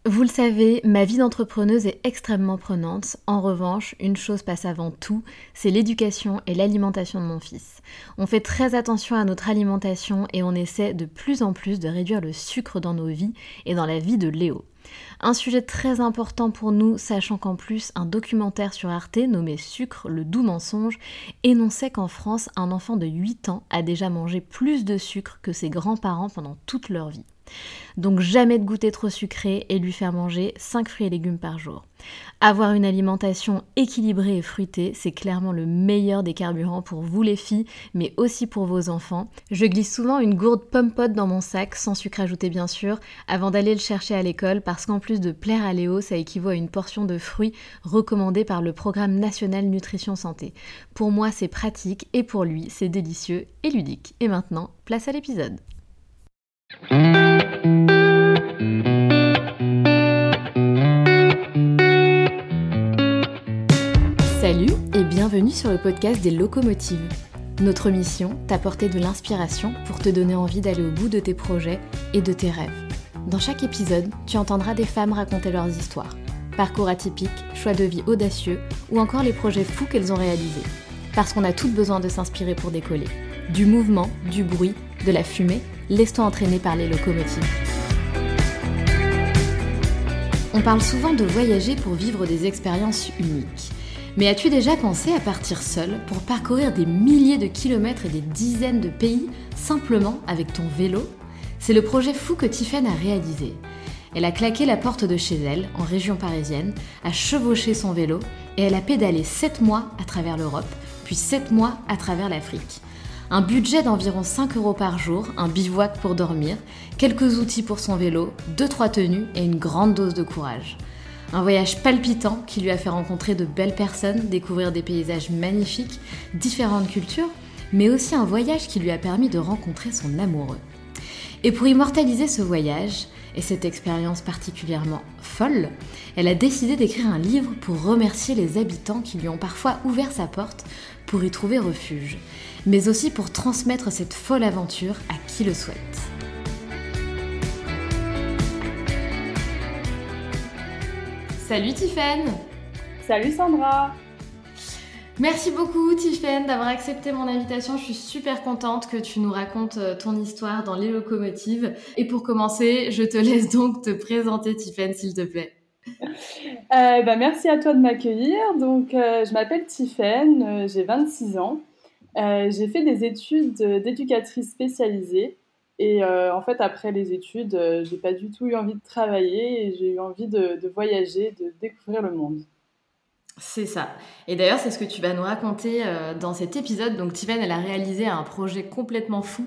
Vous le savez, ma vie d'entrepreneuse est extrêmement prenante. En revanche, une chose passe avant tout, c'est l'éducation et l'alimentation de mon fils. On fait très attention à notre alimentation et on essaie de plus en plus de réduire le sucre dans nos vies et dans la vie de Léo. Un sujet très important pour nous, sachant qu'en plus, un documentaire sur Arte nommé Sucre, le doux mensonge, énonçait qu'en France, un enfant de 8 ans a déjà mangé plus de sucre que ses grands-parents pendant toute leur vie. Donc jamais de goûter trop sucré et lui faire manger 5 fruits et légumes par jour. Avoir une alimentation équilibrée et fruitée, c'est clairement le meilleur des carburants pour vous les filles, mais aussi pour vos enfants. Je glisse souvent une gourde pomme-pote dans mon sac, sans sucre ajouté bien sûr, avant d'aller le chercher à l'école, parce qu'en plus de plaire à Léo, ça équivaut à une portion de fruits recommandée par le Programme national nutrition santé. Pour moi, c'est pratique et pour lui, c'est délicieux et ludique. Et maintenant, place à l'épisode. Salut et bienvenue sur le podcast des locomotives. Notre mission, t'apporter de l'inspiration pour te donner envie d'aller au bout de tes projets et de tes rêves. Dans chaque épisode, tu entendras des femmes raconter leurs histoires, parcours atypiques, choix de vie audacieux ou encore les projets fous qu'elles ont réalisés. Parce qu'on a toutes besoin de s'inspirer pour décoller. Du mouvement, du bruit, de la fumée, laisse-toi entraîner par les locomotives. On parle souvent de voyager pour vivre des expériences uniques. Mais as-tu déjà pensé à partir seule pour parcourir des milliers de kilomètres et des dizaines de pays simplement avec ton vélo ? C'est le projet fou que Tiffaine a réalisé. Elle a claqué la porte de chez elle, en région parisienne, a chevauché son vélo et elle a pédalé 7 mois à travers l'Europe, puis 7 mois à travers l'Afrique. Un budget d'environ 5 € par jour, un bivouac pour dormir, quelques outils pour son vélo, 2-3 tenues et une grande dose de courage. Un voyage palpitant qui lui a fait rencontrer de belles personnes, découvrir des paysages magnifiques, différentes cultures, mais aussi un voyage qui lui a permis de rencontrer son amoureux. Et pour immortaliser ce voyage, et cette expérience particulièrement folle, elle a décidé d'écrire un livre pour remercier les habitants qui lui ont parfois ouvert sa porte pour y trouver refuge, mais aussi pour transmettre cette folle aventure à qui le souhaite. Salut Tiffaine! Salut Sandra! Merci beaucoup Tiffaine d'avoir accepté mon invitation. Je suis super contente que tu nous racontes ton histoire dans Les Locomotives. Et pour commencer, je te laisse donc te présenter Tiffaine s'il te plaît. Merci à toi de m'accueillir. Donc, je m'appelle Tiffaine, j'ai 26 ans. J'ai fait des études d'éducatrice spécialisée. Et en fait, après les études, j'ai pas du tout eu envie de travailler et j'ai eu envie de voyager, de découvrir le monde. C'est ça. Et d'ailleurs, c'est ce que tu vas nous raconter dans cet épisode. Donc, Tiffaine, elle a réalisé un projet complètement fou.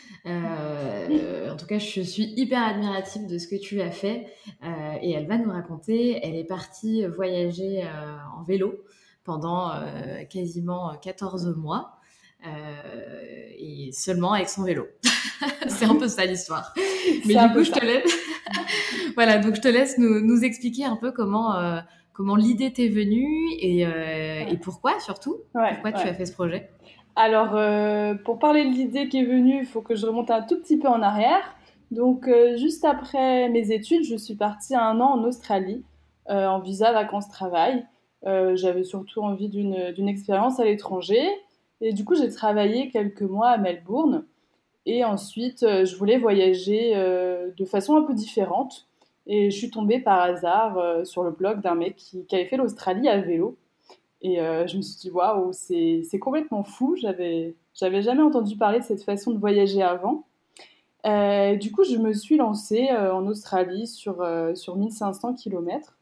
En tout cas, je suis hyper admirative de ce que tu as fait. Et elle va nous raconter. Elle est partie voyager en vélo pendant quasiment 14 mois. Et seulement avec son vélo. C'est un peu ça l'histoire. Mais du coup, je te laisse. Voilà, donc je te laisse nous expliquer un peu comment l'idée t'est venue et pourquoi surtout. Pourquoi tu as fait ce projet. Alors, pour parler de l'idée qui est venue, il faut que je remonte un tout petit peu en arrière. Donc, juste après mes études, je suis partie 1 an en Australie en visa vacances-travail. J'avais surtout envie d'une expérience à l'étranger. Et du coup, j'ai travaillé quelques mois à Melbourne. Et ensuite, je voulais voyager de façon un peu différente. Et je suis tombée par hasard sur le blog d'un mec qui avait fait l'Australie à vélo. Et je me suis dit, waouh, c'est complètement fou. J'avais jamais entendu parler de cette façon de voyager avant. Du coup, je me suis lancée en Australie sur 1500 kilomètres.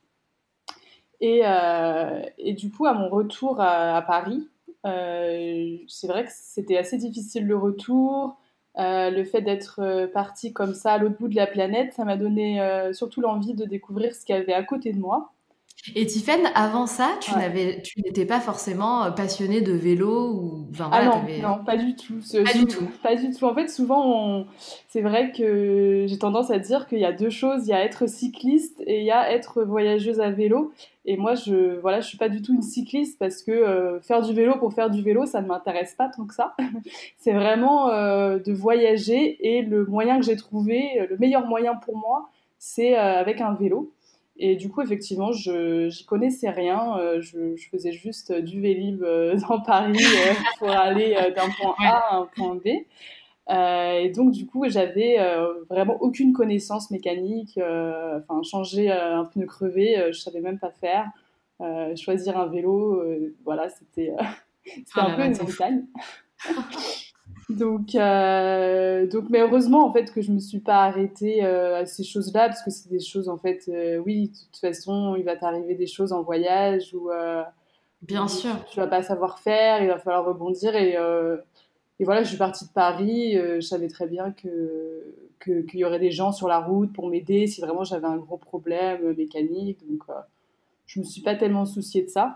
Et du coup, à mon retour à Paris, c'est vrai que c'était assez difficile le retour. Le fait d'être partie comme ça à l'autre bout de la planète, ça m'a donné surtout l'envie de découvrir ce qu'il y avait à côté de moi. Et Tiffaine, avant ça, tu n'étais pas forcément passionnée de vélo ou enfin voilà, Non, pas du tout. Pas du tout. Pas du tout. En fait, souvent, c'est vrai que j'ai tendance à dire qu'il y a deux choses. Il y a être cycliste et il y a être voyageuse à vélo. Et moi, je suis pas du tout une cycliste parce que faire du vélo pour faire du vélo, ça ne m'intéresse pas tant que ça. C'est vraiment de voyager et le moyen que j'ai trouvé, le meilleur moyen pour moi, c'est avec un vélo. Et du coup, effectivement, j'y connaissais rien. Je faisais juste du Vélib dans Paris pour aller d'un point Ouais. A à un point B. Et donc, du coup, j'avais vraiment aucune connaissance mécanique. Enfin, changer un pneu crevé, je savais même pas faire. Choisir un vélo, voilà, c'était Oh un là peu là, une c'est fou. montagne. Mais heureusement en fait que je me suis pas arrêtée à ces choses-là parce que c'est des choses en fait, oui, de toute façon, il va t'arriver des choses en voyage Bien où sûr. tu vas pas savoir faire, il va falloir rebondir et voilà, je suis partie de Paris, je savais très bien qu'il y aurait des gens sur la route pour m'aider si vraiment j'avais un gros problème mécanique, donc je me suis pas tellement souciée de ça.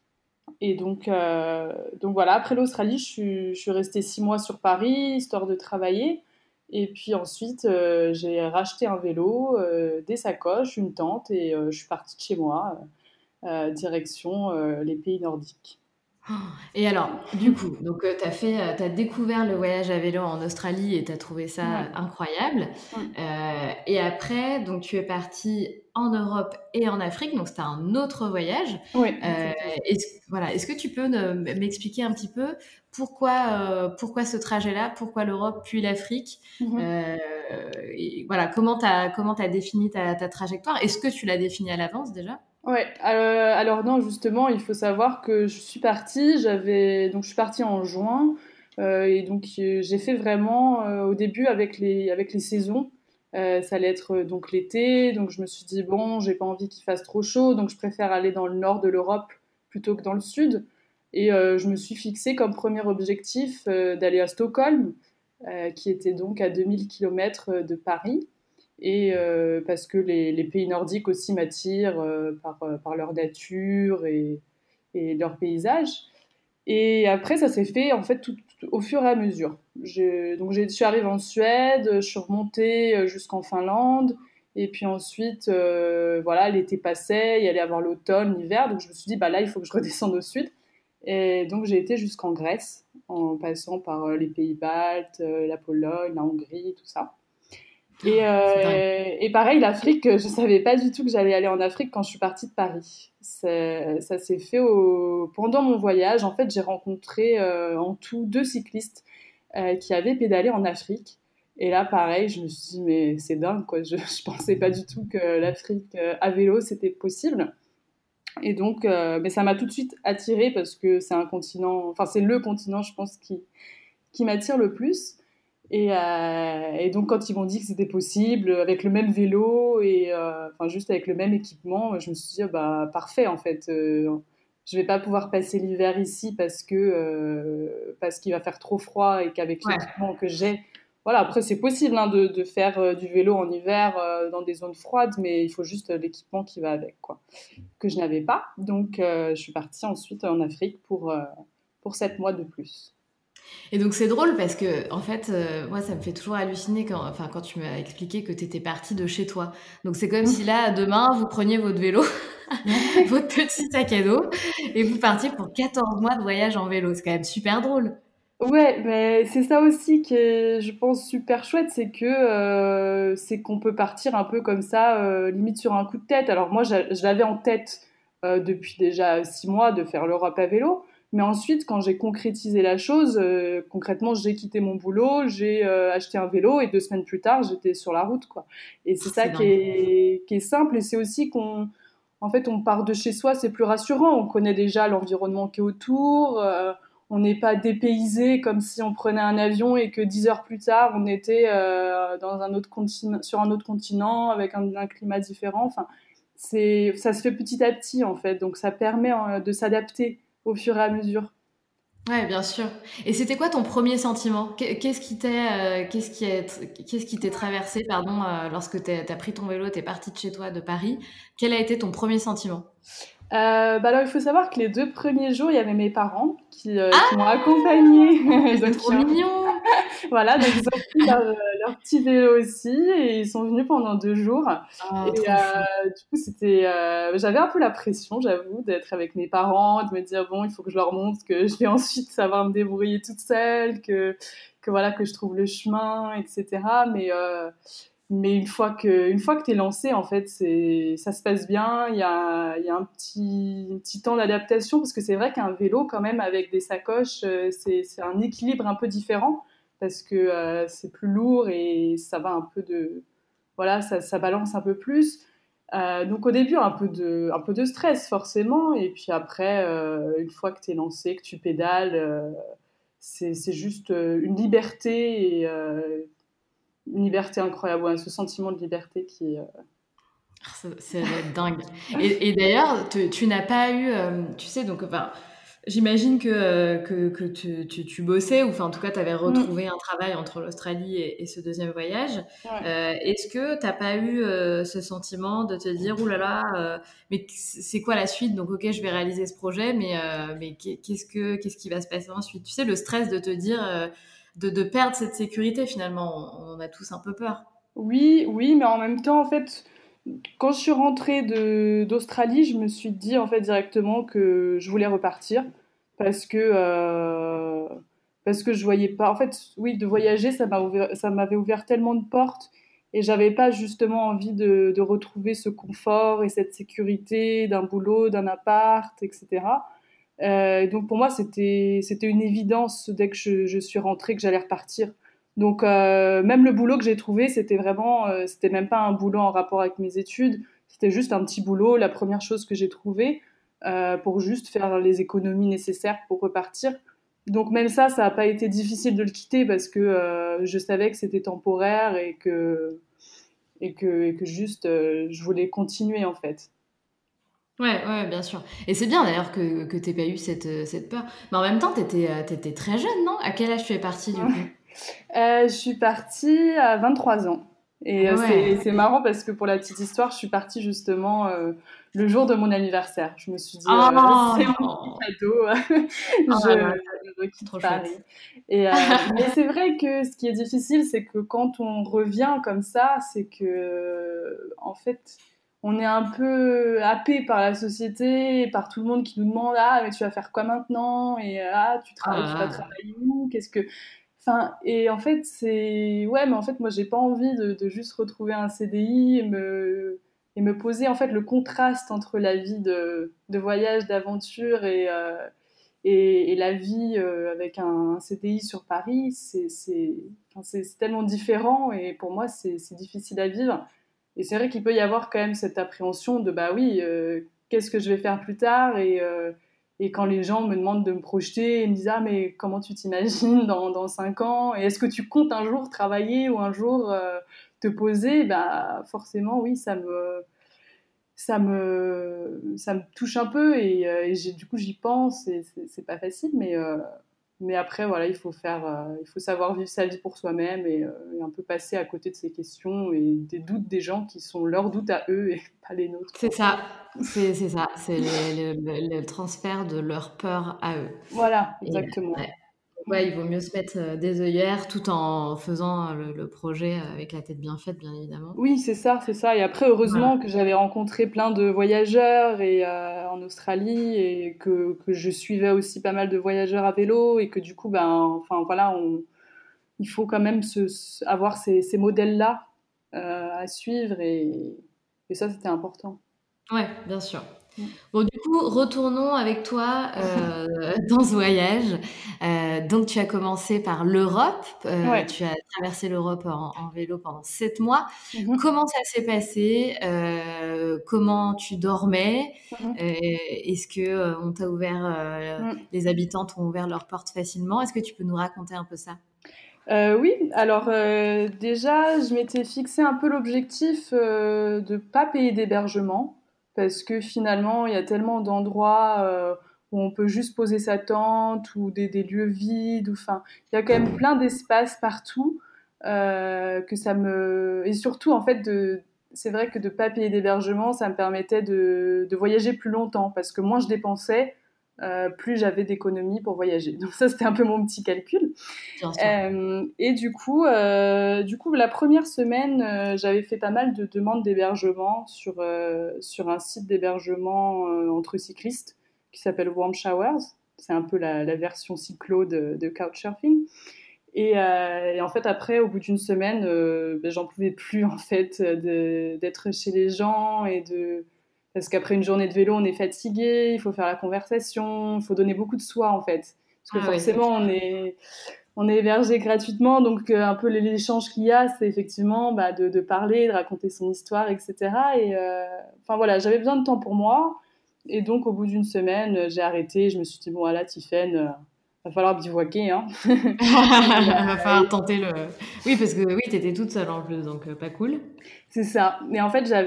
Et donc voilà, après l'Australie, je suis restée 6 mois sur Paris, histoire de travailler. Et puis ensuite, j'ai racheté un vélo, des sacoches, une tente, et je suis partie de chez moi, direction les pays nordiques. Et alors, du coup, donc t'as découvert le voyage à vélo en Australie et t'as trouvé ça Ouais. incroyable. Mm. Et après, donc tu es parti en Europe et en Afrique, donc c'était un autre voyage. Oui, Euh, exactement. voilà, est-ce que tu peux m'expliquer un petit peu pourquoi ce trajet-là, pourquoi l'Europe puis l'Afrique, Mhm. euh, et voilà, comment t'as défini ta trajectoire? Est-ce que tu l'as définie à l'avance déjà? Ouais, alors non, justement, il faut savoir que je suis partie, donc je suis partie en juin, et donc j'ai fait vraiment au début avec les saisons. Ça allait être donc l'été, donc je me suis dit bon, j'ai pas envie qu'il fasse trop chaud, donc je préfère aller dans le nord de l'Europe plutôt que dans le sud. Et je me suis fixé comme premier objectif d'aller à Stockholm, qui était donc à 2 000 kilomètres de Paris et parce que les pays nordiques aussi m'attirent par leur nature et leur paysage. Et après, ça s'est fait en fait tout au fur et à mesure. Je suis arrivée en Suède, je suis remontée jusqu'en Finlande, et puis ensuite, voilà, l'été passait, il y allait avoir l'automne, l'hiver, donc je me suis dit, bah là, il faut que je redescende au sud. Et donc j'ai été jusqu'en Grèce, en passant par les pays baltes, la Pologne, la Hongrie, tout ça. C'est dingue. Et pareil, l'Afrique, je savais pas du tout que j'allais aller en Afrique quand je suis partie de Paris. Ça s'est fait pendant mon voyage. En fait, j'ai rencontré en tout 2 cyclistes qui avaient pédalé en Afrique. Et là, pareil, je me suis dit, mais c'est dingue, quoi. Je pensais pas du tout que l'Afrique à vélo, c'était possible. Et donc, mais ça m'a tout de suite attirée parce que c'est un continent, enfin, c'est le continent, je pense, qui m'attire le plus. Et donc, quand ils m'ont dit que c'était possible, avec le même vélo et enfin, juste avec le même équipement, je me suis dit, ah bah, parfait, en fait. Je vais pas pouvoir passer l'hiver ici parce qu'il va faire trop froid et qu'avec Ouais. l'équipement que j'ai, voilà, après c'est possible hein, de faire du vélo en hiver dans des zones froides, mais il faut juste l'équipement qui va avec, quoi, que je n'avais pas. Donc je suis partie ensuite en Afrique pour 7 mois de plus. Et donc c'est drôle parce que en fait, moi ça me fait toujours halluciner quand tu m'as expliqué que tu étais partie de chez toi. Donc c'est comme si là demain vous preniez votre vélo, votre petit sac à dos et vous partiez pour 14 mois de voyage en vélo. C'est quand même super drôle. Ouais, mais c'est ça aussi qui est, je pense, super chouette, c'est qu'on peut partir un peu comme ça, limite sur un coup de tête. Alors moi, je l'avais en tête depuis déjà 6 mois de faire l'Europe à vélo, mais ensuite, quand j'ai concrétisé la chose, concrètement, j'ai quitté mon boulot, j'ai acheté un vélo et 2 semaines plus tard, j'étais sur la route, quoi. Et c'est ça C'est dingue. qui est simple et c'est aussi en fait, on part de chez soi, c'est plus rassurant. On connaît déjà l'environnement qui est autour. On n'est pas dépaysé comme si on prenait un avion et que 10 heures plus tard, on était dans un autre continent, sur un autre continent avec un climat différent. Enfin, ça se fait petit à petit en fait. Donc ça permet de s'adapter au fur et à mesure. Ouais, bien sûr. Et c'était quoi ton premier sentiment? Qu'est-ce qui t'est traversé, pardon, lorsque t'as pris ton vélo, t'es parti de chez toi, de Paris? Quel a été ton premier sentiment? Bah alors, il faut savoir que les 2 premiers jours, il y avait mes parents qui m'ont Ah, accompagnée. mais c'est Donc, trop mignon! voilà, donc ils ont pris leur petit vélo aussi et ils sont venus pendant 2 jours. Oh, Et trop chou. du coup, j'avais un peu la pression, j'avoue, d'être avec mes parents, de me dire bon, il faut que je leur montre que je vais ensuite savoir me débrouiller toute seule, que voilà, que je trouve le chemin, etc. Mais une fois que t'es lancé, en fait, ça se passe bien. Il y a un petit temps d'adaptation parce que c'est vrai qu'un vélo, quand même, avec des sacoches, c'est un équilibre un peu différent parce que c'est plus lourd et ça va un peu voilà, ça balance un peu plus. Donc au début, un peu de stress forcément, et puis après, une fois que tu es lancé, que tu pédales, c'est juste une liberté, et une liberté incroyable, ouais, ce sentiment de liberté qui est... Ça doit être dingue. Et d'ailleurs, tu n'as pas eu, tu sais, donc, enfin, j'imagine que tu bossais, ou enfin, en tout cas, tu avais Mm, retrouvé un travail entre l'Australie et ce deuxième voyage. ouais. Est-ce que tu n'as pas eu ce sentiment de te dire, ouh là là, mais c'est quoi la suite? Donc, ok, je vais réaliser ce projet, mais qu'est-ce qui va se passer ensuite? Tu sais, le stress de te dire, de perdre cette sécurité, finalement, on en a tous un peu peur. Oui, oui, mais en même temps, en fait, quand je suis rentrée d'Australie, je me suis dit en fait directement que je voulais repartir parce parce que je voyais pas. En fait, oui, de voyager, ça m'avait ouvert tellement de portes, et j'avais pas justement envie de retrouver ce confort et cette sécurité d'un boulot, d'un appart, etc. Et donc pour moi, c'était une évidence dès que je suis rentrée que j'allais repartir. Donc même le boulot que j'ai trouvé, c'était même pas un boulot en rapport avec mes études, c'était juste un petit boulot, la première chose que j'ai trouvée pour juste faire les économies nécessaires pour repartir. Donc même ça n'a pas été difficile de le quitter parce que je savais que c'était temporaire, et que juste je voulais continuer en fait. Ouais, ouais, bien sûr. Et c'est bien d'ailleurs que t'aies pas eu cette peur. Mais en même temps, t'étais très jeune, non? À quel âge tu es partie du coup? Je suis partie à 23 ans. Et Ah ouais. c'est marrant parce que pour la petite histoire, je suis partie justement le jour de mon anniversaire. Je me suis dit, c'est mon petit Oh, cadeau, oh là là, je c'est quitte trop Paris. chouette. Mais c'est vrai que ce qui est difficile, c'est que quand on revient comme ça, c'est que, en fait, on est un peu happé par la société, et par tout le monde qui nous demande, ah, mais tu vas faire quoi maintenant? Et ah, Oh là tu vas là. travailler où? Qu'est-ce que... Enfin, et en fait, c'est... Ouais, mais en fait, moi, j'ai pas envie de juste retrouver un CDI et me poser, en fait, le contraste entre la vie de voyage, d'aventure, et la vie avec un CDI sur Paris. Enfin, c'est tellement différent, et pour moi, c'est difficile à vivre. Et c'est vrai qu'il peut y avoir quand même cette appréhension de, bah oui, qu'est-ce que je vais faire plus tard? Et quand les gens me demandent de me projeter et me disent, ah, mais comment tu t'imagines dans 5 ans? Et est-ce que tu comptes un jour travailler ou un jour te poser? Bah, forcément, oui, ça me touche un peu, et du coup, j'y pense, et c'est pas facile, mais après, voilà, il faut savoir vivre sa vie pour soi-même, et un peu passer à côté de ces questions et des doutes des gens qui sont leurs doutes à eux et pas les nôtres, C'est quoi. ça. C'est ça. C'est le transfert de leur peur à eux. Voilà, Et exactement. ouais. Ouais, il vaut mieux se mettre des œillères tout en faisant le projet avec la tête bien faite, bien évidemment. Oui, c'est ça, c'est ça. Et après, Voilà. heureusement que j'avais rencontré plein de voyageurs en Australie, et que je suivais aussi pas mal de voyageurs à vélo, et que du coup, ben, enfin voilà, il faut quand même avoir ces modèles-là à suivre, et ça, c'était important. Ouais, bien sûr. Mm. Bon, du coup, retournons avec toi dans ce voyage. Donc, tu as commencé par l'Europe. Ouais. Tu as traversé l'Europe en vélo pendant 7 mois. Mhm. Comment ça s'est passé? Comment tu dormais? Mhm. Est-ce que on t'a ouvert, Mm. les habitants t'ont ouvert leurs portes facilement? Est-ce que tu peux nous raconter un peu ça? Oui, alors déjà, je m'étais fixé un peu l'objectif de pas payer d'hébergement, parce que finalement, il y a tellement d'endroits où on peut juste poser sa tente, ou des lieux vides, ou enfin, il y a quand même plein d'espaces partout, que ça me... Et surtout, en fait, c'est vrai que de pas payer d'hébergement, ça me permettait de voyager plus longtemps, parce que moins je dépensais, plus j'avais d'économies pour voyager. Donc ça, c'était un peu mon petit calcul. Bien sûr. Et du coup, la première semaine, j'avais fait pas mal de demandes d'hébergement sur un site d'hébergement entre cyclistes qui s'appelle Warm Showers. C'est un peu la version cyclo de Couchsurfing. Et en fait, après, au bout d'une semaine, j'en pouvais plus en fait d'être chez les gens parce qu'après une journée de vélo, on est fatigué, il faut faire la conversation, il faut donner beaucoup de soi en fait, parce que Ah oui, c'est forcément, clair. on est hébergé gratuitement, donc un peu l'échange qu'il y a, c'est effectivement de parler, de raconter son histoire, etc. Et enfin voilà, j'avais besoin de temps pour moi, et donc au bout d'une semaine, j'ai arrêté. Je me suis dit bon, voilà, Tiffaine, va falloir bivouaquer, hein. Va falloir tenter le. Oui, parce que oui, t'étais toute seule en plus, donc pas cool. C'est ça. Mais en fait,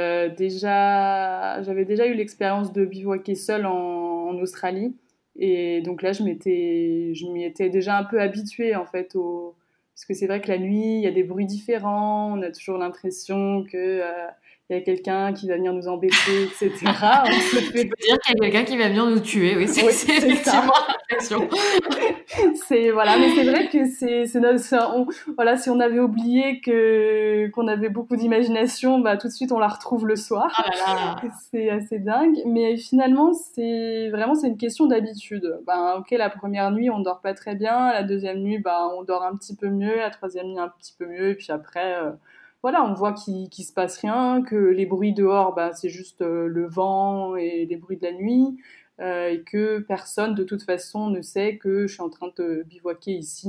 j'avais déjà eu l'expérience de bivouaquer seule en Australie. Et donc là, je m'y étais déjà un peu habituée, en fait, parce que c'est vrai que la nuit, il y a des bruits différents. On a toujours l'impression il y a quelqu'un qui va venir nous embêter, etc. On se Tu fait. peux dire qu'il y a quelqu'un qui va venir nous tuer, oui, Oui, c'est c'est ça. effectivement l'impression. Voilà, mais c'est vrai que voilà, si on avait oublié qu'on avait beaucoup d'imagination, tout de suite on la retrouve le Ah soir. là là. C'est assez dingue, mais finalement c'est une question d'habitude. Ok, la première nuit on dort pas très bien, la deuxième nuit on dort un petit peu mieux, la troisième nuit un petit peu mieux, et puis après voilà, on voit qu'il se passe rien, que les bruits dehors c'est juste le vent et les bruits de la nuit. Et que personne de toute façon ne sait que je suis en train de bivouaquer ici,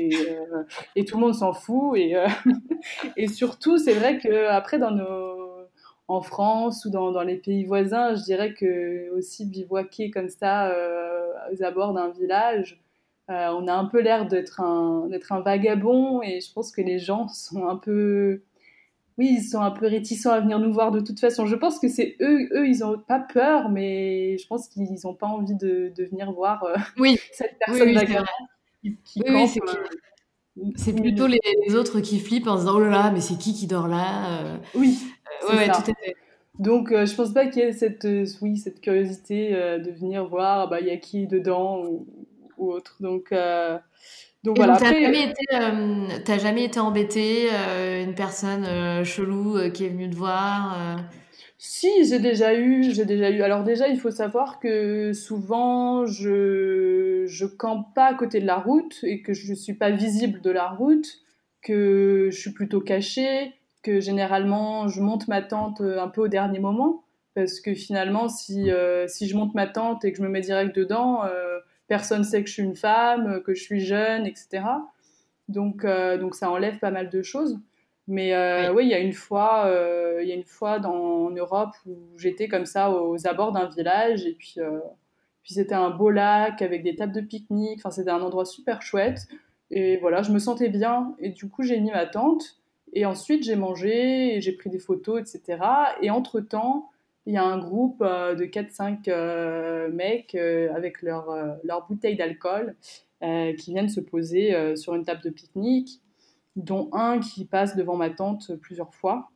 et tout le monde s'en fout. Et surtout, c'est vrai que après en France ou dans les pays voisins, je dirais que aussi bivouaquer comme ça aux abords d'un village, on a un peu l'air d'être un vagabond, et je pense que les gens sont un peu, oui, ils sont un peu réticents à venir nous voir de toute façon. Je pense que c'est eux, ils ont pas peur, mais je pense qu'ils ont pas envie de venir voir Oui, cette oui, personne oui, c'est vagabond vrai. qui Oui, oui, campe c'est clair. C'est au milieu. plutôt les autres qui flippent en se disant: «Oh là là, mais c'est qui dort là?» Oui, c'est Ouais, ouais, tout ça. à fait. Donc, je pense pas qu'il y ait cette curiosité de venir voir, il y a qui dedans ou autre. Donc Et voilà. donc Après, tu jamais été embêtée, une personne, chelou, qui est venue te voir, si, j'ai déjà eu. Alors déjà, il faut savoir que souvent, je campe pas à côté de la route et que je suis pas visible de la route, que je suis plutôt cachée, que généralement, je monte ma tente un peu au dernier moment, parce que finalement, si je monte ma tente et que je me mets direct dedans, personne sait que je suis une femme, que je suis jeune, etc. Donc ça enlève pas mal de choses. Mais Oui. oui, il y a une fois en Europe où j'étais comme ça aux abords d'un village, et puis c'était un beau lac avec des tables de pique-nique. Enfin, c'était un endroit super chouette. Et voilà, je me sentais bien. Et du coup, j'ai mis ma tente. Et ensuite, j'ai mangé et j'ai pris des photos, etc. Et entre-temps, il y a un groupe de 4-5 mecs avec leur bouteille d'alcool qui viennent se poser sur une table de pique-nique, dont un qui passe devant ma tante plusieurs fois.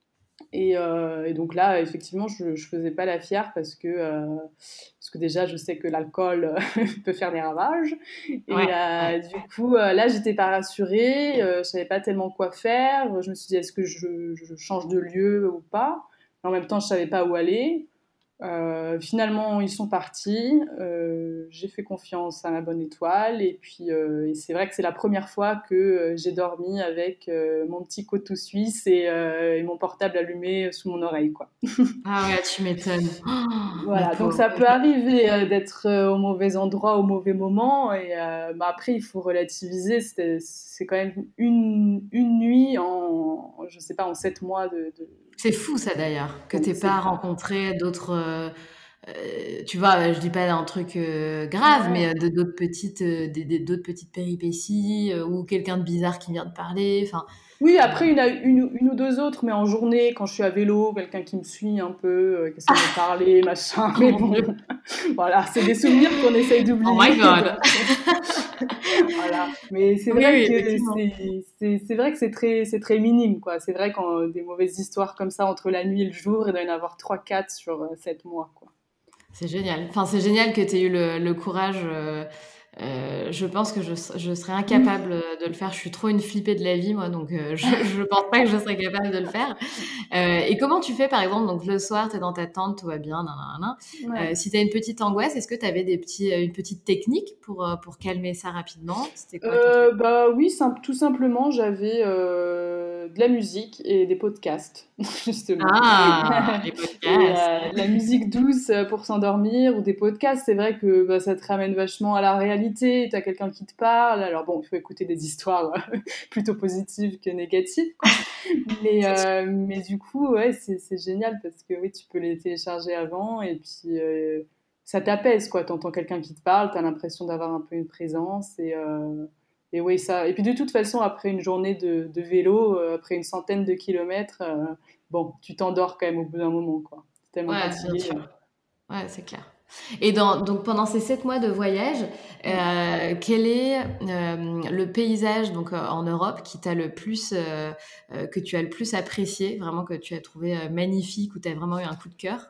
Et donc là, effectivement, je faisais pas la fière parce que déjà, je sais que l'alcool peut faire des ravages. Et Ouais, ouais. du coup, là, j'étais pas rassurée, je savais pas tellement quoi faire. Je me suis dit, est-ce que je change de lieu ou pas? En même temps, je savais pas où aller. Finalement, ils sont partis. J'ai fait confiance à ma bonne étoile. Et puis, et c'est vrai que c'est la première fois que j'ai dormi avec mon petit couteau suisse et mon portable allumé sous mon oreille, quoi. Ah ouais, tu m'étonnes. La Voilà, donc pauvre. ça peut arriver d'être au mauvais endroit au mauvais moment. Et après, il faut relativiser. C'est quand même une nuit je sais pas, en 7 mois C'est fou ça d'ailleurs, que tu c'est pas fou. rencontré d'autres, tu vois, je dis pas un truc, grave, mais, Ouais. de d'autres petites, des d'autres petites péripéties, ou quelqu'un de bizarre qui vient te parler, enfin, Oui, heu après, une ou deux autres, mais en journée, quand je suis à vélo, quelqu'un qui me suit un peu, qui essaie de me parler, machin. oh Mais mon bon, Dieu, voilà, c'est des souvenirs qu'on essaye oh my d'oublier. god! Donc, voilà. Mais c'est Oui, vrai oui, que effectivement. c'est vrai que c'est très minime, quoi. C'est vrai quand des mauvaises histoires comme ça entre la nuit et le jour, il doit y en avoir trois, quatre sur 7 mois, quoi. C'est génial. Enfin, c'est génial que tu aies eu le courage, Je pense que je serais incapable de le faire. Je suis trop une flippée de la vie, moi, donc je pense pas que je serais capable de le faire. Et comment tu fais, par exemple, donc le soir, tu es dans ta tente, tout va bien, nan. Ouais. Si tu as une petite angoisse, est-ce que tu avais une petite technique pour calmer ça rapidement? C'était quoi ton truc? Bah oui, tout simplement, j'avais de la musique et des podcasts, justement. Ah, les Et podcasts. la musique douce pour s'endormir ou des podcasts, c'est vrai que bah, ça te ramène vachement à la réalité. T'as quelqu'un qui te parle. Alors bon, il faut écouter des histoires plutôt positives que négatives, quoi. C'est sûr. Mais du coup, ouais, c'est génial parce que oui, tu peux les télécharger avant et puis ça t'apaise, quoi. T'entends quelqu'un qui te parle, t'as l'impression d'avoir un peu une présence et oui, ça. Et puis de toute façon, après une journée de vélo, après une centaine de kilomètres, bon, tu t'endors quand même au bout d'un moment, quoi. T'es tellement Ouais, bien fatigué. sûr. Ouais, c'est clair. Et donc pendant ces 7 mois de voyage, quel est le paysage donc en Europe qui t'a le plus que tu as le plus apprécié, vraiment que tu as trouvé magnifique ou tu as vraiment eu un coup de cœur?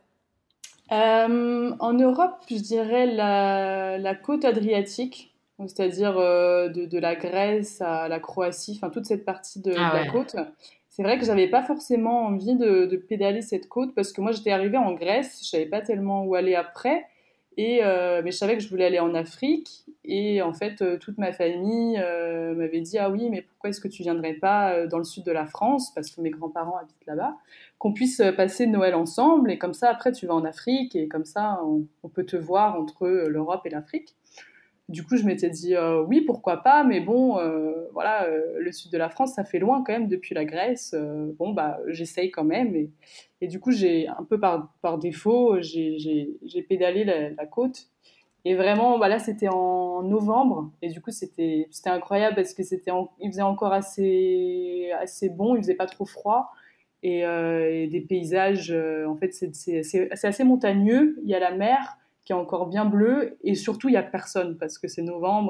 En Europe, je dirais la côte adriatique, donc c'est-à-dire de la Grèce à la Croatie, enfin toute cette partie de Ah la ouais. côte. C'est vrai que j'avais pas forcément envie de pédaler cette côte parce que moi j'étais arrivée en Grèce, je savais pas tellement où aller après, mais je savais que je voulais aller en Afrique et en fait toute ma famille m'avait dit ah oui mais pourquoi est-ce que tu viendrais pas dans le sud de la France parce que mes grands-parents habitent là-bas qu'on puisse passer Noël ensemble et comme ça après tu vas en Afrique et comme ça on peut te voir entre l'Europe et l'Afrique. Du coup je m'étais dit oui pourquoi pas mais bon voilà le sud de la France ça fait loin quand même depuis la Grèce bon bah j'essaye quand même et du coup j'ai un peu par défaut j'ai pédalé la côte et vraiment bah là c'était en novembre et du coup c'était incroyable parce que il faisait encore assez bon, il faisait pas trop froid et des paysages. En fait, c'est assez montagneux. Il y a la mer qui est encore bien bleue et surtout il y a personne parce que c'est novembre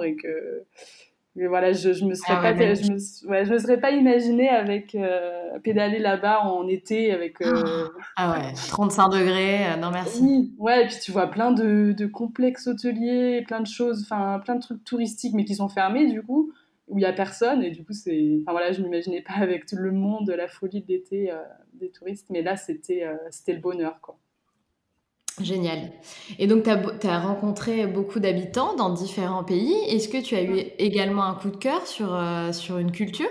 et voilà, je me serais Ah ouais, pas, magnifique. ouais, je me serais pas imaginé avec pédaler là-bas en été avec. Ah ouais, 35 degrés, non merci. Oui, ouais, et puis tu vois plein de complexes hôteliers, plein de choses, enfin plein de trucs touristiques mais qui sont fermés du coup, où il y a personne et du coup enfin voilà, je m'imaginais pas avec tout le monde, la folie de l'été des touristes, mais là c'était le bonheur quoi. Génial. Et donc, tu as rencontré beaucoup d'habitants dans différents pays. Est-ce que tu as eu également un coup de cœur sur une culture?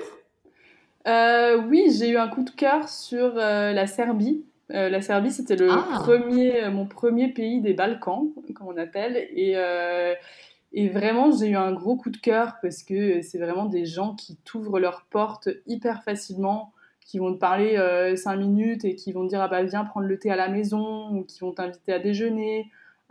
Oui, j'ai eu un coup de cœur sur la Serbie. La Serbie, c'était Ah, mon premier pays des Balkans, comme on appelle, et vraiment, j'ai eu un gros coup de cœur parce que c'est vraiment des gens qui t'ouvrent leurs portes hyper facilement, qui vont te parler 5 minutes et qui vont te dire ah bah viens prendre le thé à la maison ou qui vont t'inviter à déjeuner.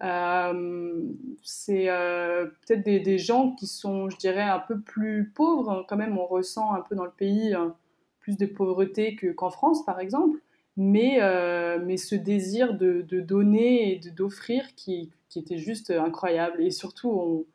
C'est peut-être des gens qui sont, je dirais, un peu plus pauvres. Quand même, on ressent un peu dans le pays plus de pauvreté qu'en France, par exemple. Mais ce désir de donner et d'offrir qui était juste incroyable. Et surtout,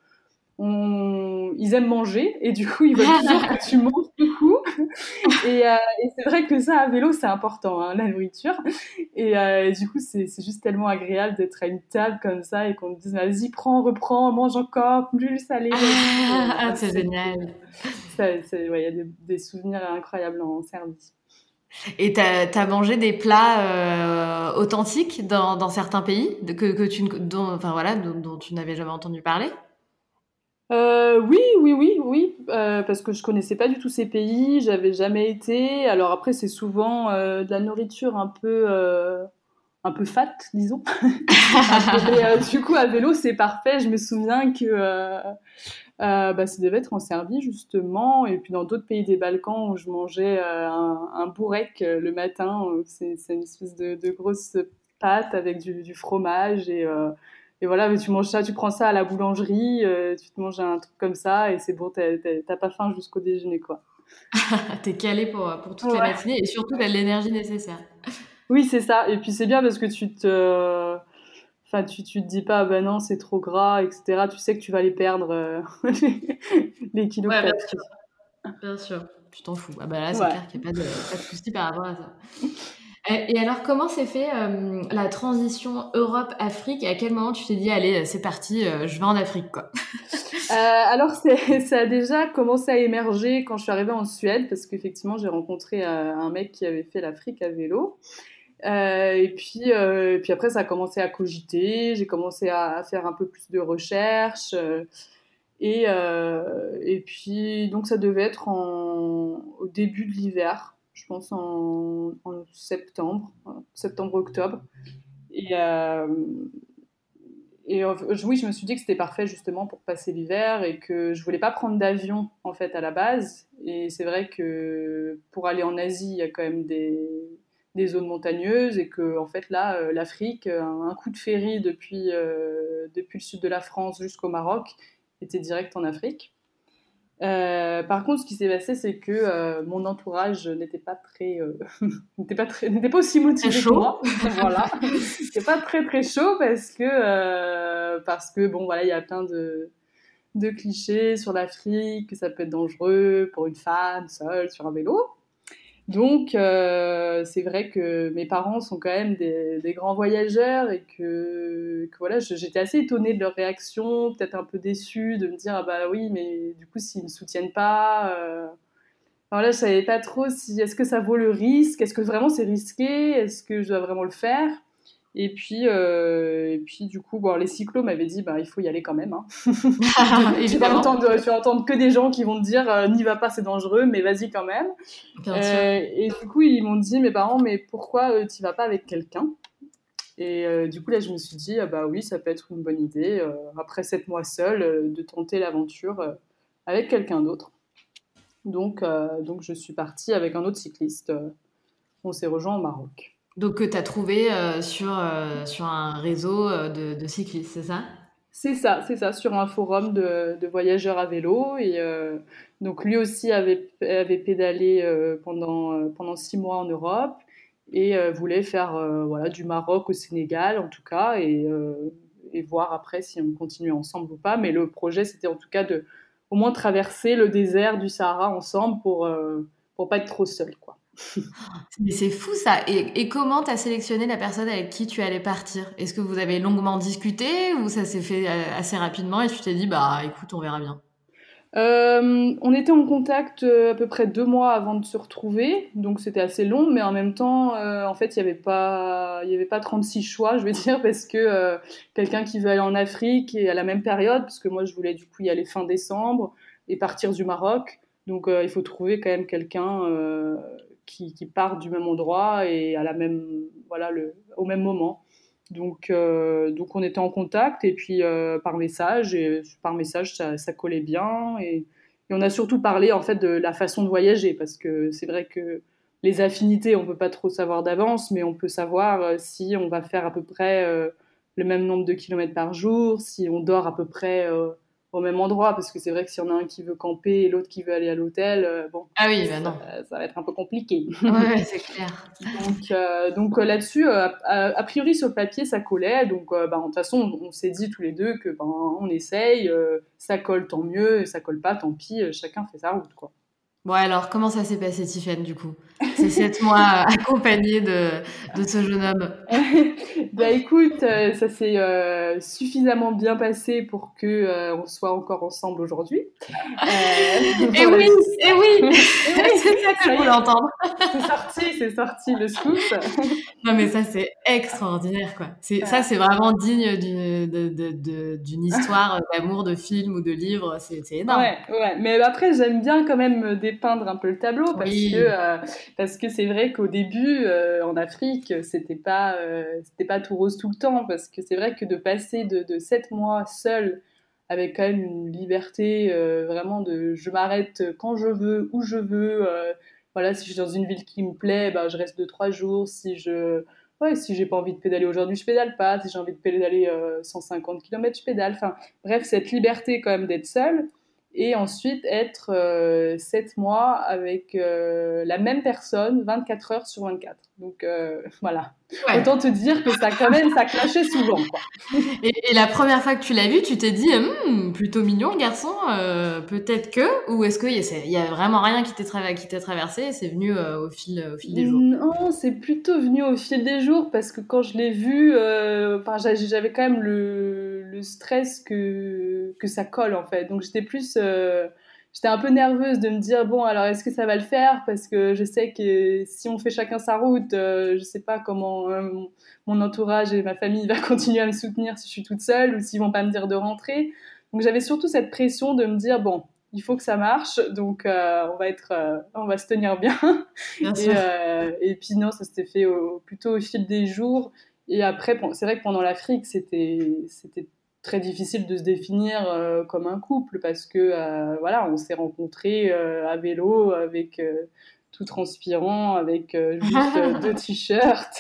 ils aiment manger et du coup, ils veulent toujours que tu manges beaucoup. Et c'est vrai que ça, à vélo, c'est important, hein, la nourriture. Et du coup, c'est juste tellement agréable d'être à une table comme ça et qu'on te dise, vas-y, prends, reprends, mange encore, plus salé, vas-y. ah, Voilà, c'est génial. ouais, il y a des souvenirs incroyables en Serbie. Et t'as mangé des plats authentiques dans certains pays enfin voilà, dont tu n'avais jamais entendu parler? Oui, oui, oui, oui, parce que je connaissais pas du tout ces pays, j'avais jamais été. Alors après, c'est souvent de la nourriture un peu fat, disons. Mais du coup, à vélo, c'est parfait. Je me souviens que bah, ça devait être en Serbie, justement, et puis dans d'autres pays des Balkans où je mangeais un bourrek le matin. C'est une espèce de grosse pâte avec du fromage et voilà, mais tu manges ça, tu prends ça à la boulangerie, tu te manges un truc comme ça et c'est bon, t'as pas faim jusqu'au déjeuner, quoi. T'es calé pour toute la Ouais. matinée et surtout t'as l'énergie nécessaire. Oui, c'est ça. Et puis c'est bien parce que enfin, tu te dis pas, ah bah non, c'est trop gras, etc. Tu sais que tu vas les perdre, les kilos que Ouais, t'as bien pris. sûr, bien sûr. Tu t'en fous. Ah bah là, c'est Ouais. clair qu'il y a pas de souci par rapport à ça. Et alors, comment s'est fait la transition Europe-Afrique et à quel moment tu t'es dit, allez, c'est parti, je vais en Afrique, quoi? Alors, ça a déjà commencé à émerger quand je suis arrivée en Suède, parce qu'effectivement, j'ai rencontré un mec qui avait fait l'Afrique à vélo. Et puis après, ça a commencé à cogiter, j'ai commencé à faire un peu plus de recherches. Et puis, donc, ça devait être au début de l'hiver, je pense en septembre, septembre-octobre. Et, euh, oui, je me suis dit que c'était parfait justement pour passer l'hiver et que je voulais pas prendre d'avion en fait à la base. Et c'est vrai que pour aller en Asie, il y a quand même des zones montagneuses et que en fait là, l'Afrique, un coup de ferry depuis le sud de la France jusqu'au Maroc était direct en Afrique. Par contre, ce qui s'est passé, c'est que mon entourage n'était pas aussi Très motivé que chaud. moi. Voilà, c'est pas très très chaud parce que bon voilà, il y a plein de clichés sur l'Afrique, que ça peut être dangereux pour une femme seule sur un vélo. Donc, c'est vrai que mes parents sont quand même des grands voyageurs et que voilà, j'étais assez étonnée de leur réaction, peut-être un peu déçue de me dire ah bah oui, mais du coup s'ils me soutiennent pas, alors là je savais pas trop si est-ce que ça vaut le risque, est-ce que vraiment c'est risqué, est-ce que je dois vraiment le faire. Et puis du coup, bon, les cyclos m'avaient dit bah il faut y aller quand même, hein. Évidemment, Tu vas entendre que des gens qui vont te dire n'y va pas, c'est dangereux, mais vas-y quand même. bien sûr. Et du coup, ils m'ont dit, mes parents, mais pourquoi tu vas pas avec quelqu'un? Et du coup, là, je me suis dit, ah bah oui, ça peut être une bonne idée, après 7 mois seule, de tenter l'aventure avec quelqu'un d'autre. Donc, je suis partie avec un autre cycliste. On s'est rejoint au Maroc. Donc, que tu as trouvé sur un réseau de cyclistes, c'est ça? C'est ça, sur un forum de voyageurs à vélo. Et donc, lui aussi avait pédalé pendant 6 mois en Europe et voulait faire voilà, du Maroc au Sénégal, en tout cas, et voir après si on continuait ensemble ou pas. Mais le projet, c'était en tout cas de au moins traverser le désert du Sahara ensemble pour pas être trop seul, quoi. Mais c'est fou ça. Et comment tu as sélectionné la personne avec qui tu allais partir? Est-ce que vous avez longuement discuté ou ça s'est fait assez rapidement et tu t'es dit, bah écoute, on verra bien? On était en contact à peu près 2 mois avant de se retrouver, donc c'était assez long, mais en même temps, en fait, il y avait pas 36 choix, je vais dire, parce que quelqu'un qui veut aller en Afrique et à la même période, parce que moi je voulais du coup y aller fin décembre et partir du Maroc, donc il faut trouver quand même quelqu'un qui part du même endroit et à la même, voilà, au même moment. Donc on était en contact et puis par message ça collait bien et on a surtout parlé en fait de la façon de voyager parce que c'est vrai que les affinités on peut pas trop savoir d'avance mais on peut savoir si on va faire à peu près le même nombre de kilomètres par jour, si on dort à peu près au même endroit parce que c'est vrai que s'il y en a un qui veut camper et l'autre qui veut aller à l'hôtel, bon Ah oui, bah ça, non. ça va être un peu compliqué. Ouais, ouais, c'est clair. Donc là-dessus, a priori sur le papier, ça collait. Donc bah, de toute façon, on s'est dit tous les deux que ben, on essaye, ça colle tant mieux, ça colle pas tant pis, chacun fait sa route quoi. Bon alors, comment ça s'est passé, Tiffaine, du coup? Ces 7 mois accompagnés de ce jeune homme. Bah écoute, ça s'est suffisamment bien passé pour que on soit encore ensemble aujourd'hui. Et Voilà, oui, et oui, et oui, c'est ça que ça je y voulais est, entendre. c'est sorti le scoop. Non mais ça c'est extraordinaire quoi. Ça Ah, c'est vraiment digne d'une histoire d'amour, de film ou de livre. C'est énorme. ouais, ouais, mais après j'aime bien quand même dépeindre un peu le tableau Oui. parce que c'est vrai qu'au début en Afrique c'était pas tout rose tout le temps parce que c'est vrai que de passer de 7 mois seul avec quand même une liberté vraiment de je m'arrête quand je veux où je veux voilà si je suis dans une ville qui me plaît bah je reste 2 3 jours si j'ai pas envie de pédaler aujourd'hui je pédale pas si j'ai envie de pédaler 150 km je pédale enfin bref cette liberté quand même d'être seule et ensuite être 7 mois avec la même personne 24 heures sur 24. Donc voilà, Ouais. autant te dire que ça quand même, ça clashait souvent, quoi. Et la première fois que tu l'as vu, tu t'es dit, plutôt mignon le garçon, peut-être que, ou est-ce qu'il y a vraiment rien qui t'est traversé et c'est venu au fil des jours? Non, c'est plutôt venu au fil des jours parce que quand je l'ai vu, enfin, j'avais quand même le stress que ça colle en fait. Donc j'étais un peu nerveuse de me dire bon alors est-ce que ça va le faire parce que je sais que si on fait chacun sa route, je sais pas comment mon entourage et ma famille va continuer à me soutenir si je suis toute seule ou s'ils vont pas me dire de rentrer. Donc j'avais surtout cette pression de me dire bon il faut que ça marche donc on va se tenir bien. Bien sûr. Et puis non, ça s'était fait plutôt au fil des jours. Et après, bon, c'est vrai que pendant l'Afrique, c'était très difficile de se définir comme un couple parce que voilà, on s'est rencontrés à vélo avec tout transpirant, avec juste deux t-shirts